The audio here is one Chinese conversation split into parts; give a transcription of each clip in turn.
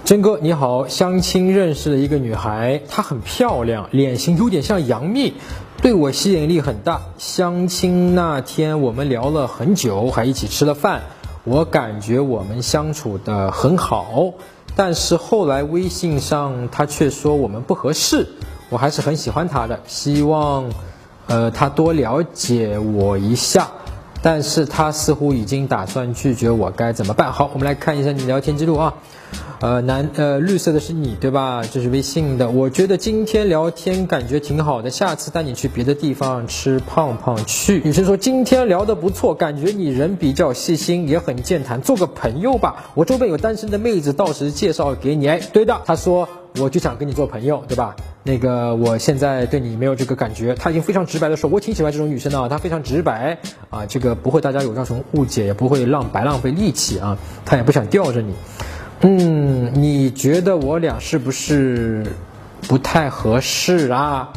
真哥你好，相亲认识了一个女孩，她很漂亮，脸型有点像杨幂，对我吸引力很大。相亲那天我们聊了很久，还一起吃了饭，我感觉我们相处得很好，但是后来微信上她却说我们不合适，我还是很喜欢她的，希望她多了解我一下，但是她似乎已经打算拒绝我，该怎么办？好，我们来看一下你聊天记录啊。绿色的是你对吧？这是微信的。我觉得今天聊天感觉挺好的，下次带你去别的地方吃胖胖去。女生说今天聊得不错，感觉你人比较细心，也很健谈，做个朋友吧。我周边有单身的妹子，到时介绍给你。哎，对的，她说我就想跟你做朋友，对吧？我现在对你没有这个感觉。她已经非常直白的说，我挺喜欢这种女生的啊，她非常直白啊，这个不会大家有造成误解，也不会白浪费力气啊，她也不想吊着你。你觉得我俩是不是不太合适啊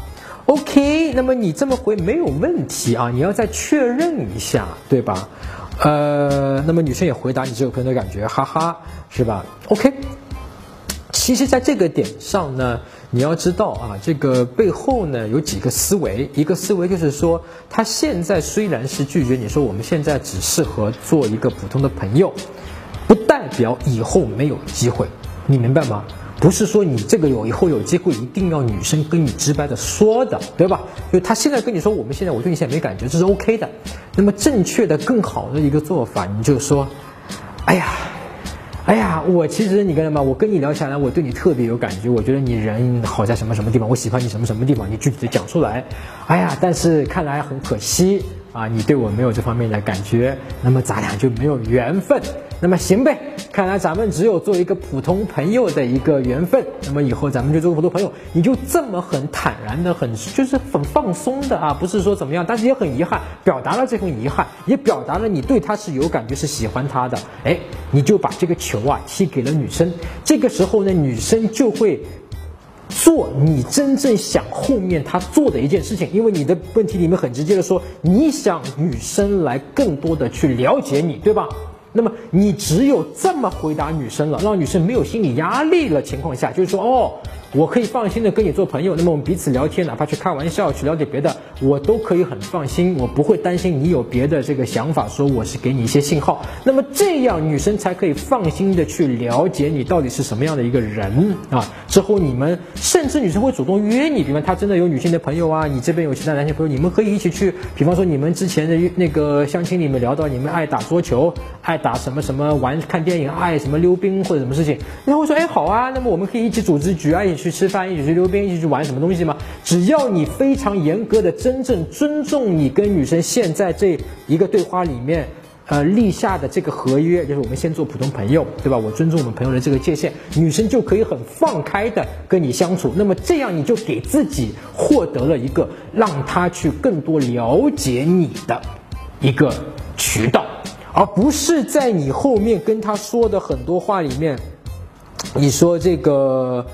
？OK， 那么你这么回没有问题啊，你要再确认一下，对吧？那么女生也回答你这个朋友的感觉，哈哈，是吧 ？OK， 其实在这个点上呢，你要知道啊，这个背后呢有几个思维，一个思维就是说，他现在虽然是拒绝你说我们现在只适合做一个普通的朋友。不代表以后没有机会，你明白吗？不是说你这个以后有机会一定要女生跟你直白的说的，对吧？因为他现在跟你说我对你现在没感觉，这是 OK 的。那么正确的更好的一个做法，你就说哎呀，我其实你跟什么？我跟你聊起来，我对你特别有感觉，我觉得你人好在什么什么地方，我喜欢你什么什么地方，你具体的讲出来。哎呀，但是看来很可惜啊，你对我没有这方面的感觉，那么咱俩就没有缘分。那么行呗，看来咱们只有做一个普通朋友的一个缘分。那么以后咱们就做个普通朋友，你就这么很坦然的，就是很放松的啊，不是说怎么样，但是也很遗憾，表达了这份遗憾，也表达了你对他是有感觉，是喜欢他的。哎，你就把这个球啊踢给了女生，这个时候呢，女生就会做你真正想后面他做的一件事情，因为你的问题里面很直接的说，你想女生来更多的去了解你，对吧？那么你只有这么回答女生了，让女生没有心理压力的情况下，就是说我可以放心的跟你做朋友，那么我们彼此聊天，哪怕去开玩笑，去了解别的，我都可以很放心，我不会担心你有别的这个想法，说我是给你一些信号，那么这样女生才可以放心的去了解你到底是什么样的一个人啊。之后你们甚至女生会主动约你，比方她真的有女性的朋友啊，你这边有其他男性朋友，你们可以一起去，比方说你们之前的那个相亲里面聊到你们爱打桌球，爱打什么什么玩看电影，爱什么溜冰或者什么事情，然后我说哎好啊，那么我们可以一起组织局啊，一起去吃饭，一起去溜冰，一起去玩什么东西吗？只要你非常严格的真正尊重你跟女生现在这一个对话里面立下的这个合约，就是我们先做普通朋友，对吧？我尊重我们朋友的这个界限，女生就可以很放开的跟你相处，那么这样你就给自己获得了一个让她去更多了解你的一个渠道，而不是在你后面跟她说的很多话里面，你说这个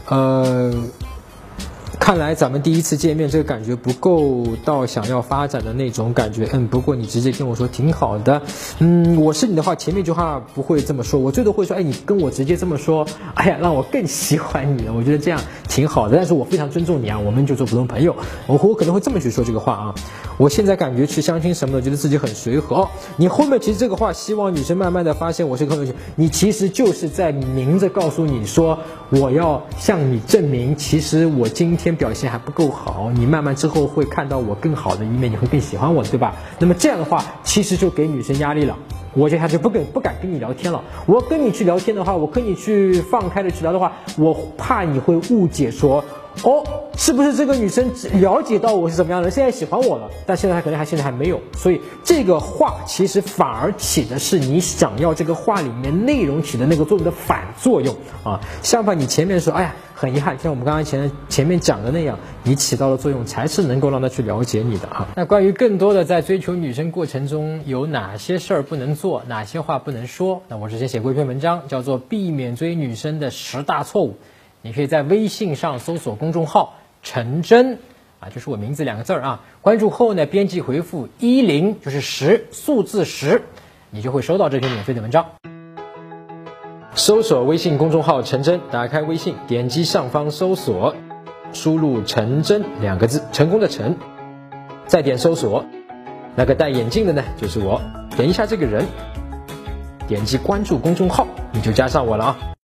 看来咱们第一次见面这个感觉不够到想要发展的那种感觉，不过你直接跟我说挺好的，我是你的话前面一句话不会这么说，我最多会说，你跟我直接这么说，哎呀，让我更喜欢你了，我觉得这样挺好的，但是我非常尊重你啊，我们就做普通朋友，我可能会这么去说这个话啊。我现在感觉去相亲什么的，觉得自己很随和你后面其实这个话，希望女生慢慢的发现我是个朋友，你其实就是在明着告诉你说，我要向你证明，其实我今天表现还不够好，你慢慢之后会看到我更好的一面，你会更喜欢我，对吧？那么这样的话，其实就给女生压力了。我觉得他就不敢跟你聊天了。我跟你去聊天的话，我跟你去放开的去聊的话，我怕你会误解说，是不是这个女生了解到我是怎么样的，现在喜欢我了，但现在可能现在还没有，所以这个话其实反而起的是你想要这个话里面内容起的那个作用的反作用啊。相反，你前面说，哎呀，很遗憾，像我们刚刚前面讲的那样，你起到的作用才是能够让她去了解你的啊。那关于更多的在追求女生过程中有哪些事儿不能做，哪些话不能说，那我之前写过一篇文章，叫做《避免追女生的10大错误》，你可以在微信上搜索公众号陈真啊，就是我名字2个字啊，关注后呢，编辑回复10就是10数字10，你就会收到这篇免费的文章。 搜索微信公众号陈真，打开微信，点击上方搜索，输入陈真2个字，成功的陈，再点搜索，那个戴眼镜的呢就是我，点一下这个人，点击关注公众号，你就加上我了啊。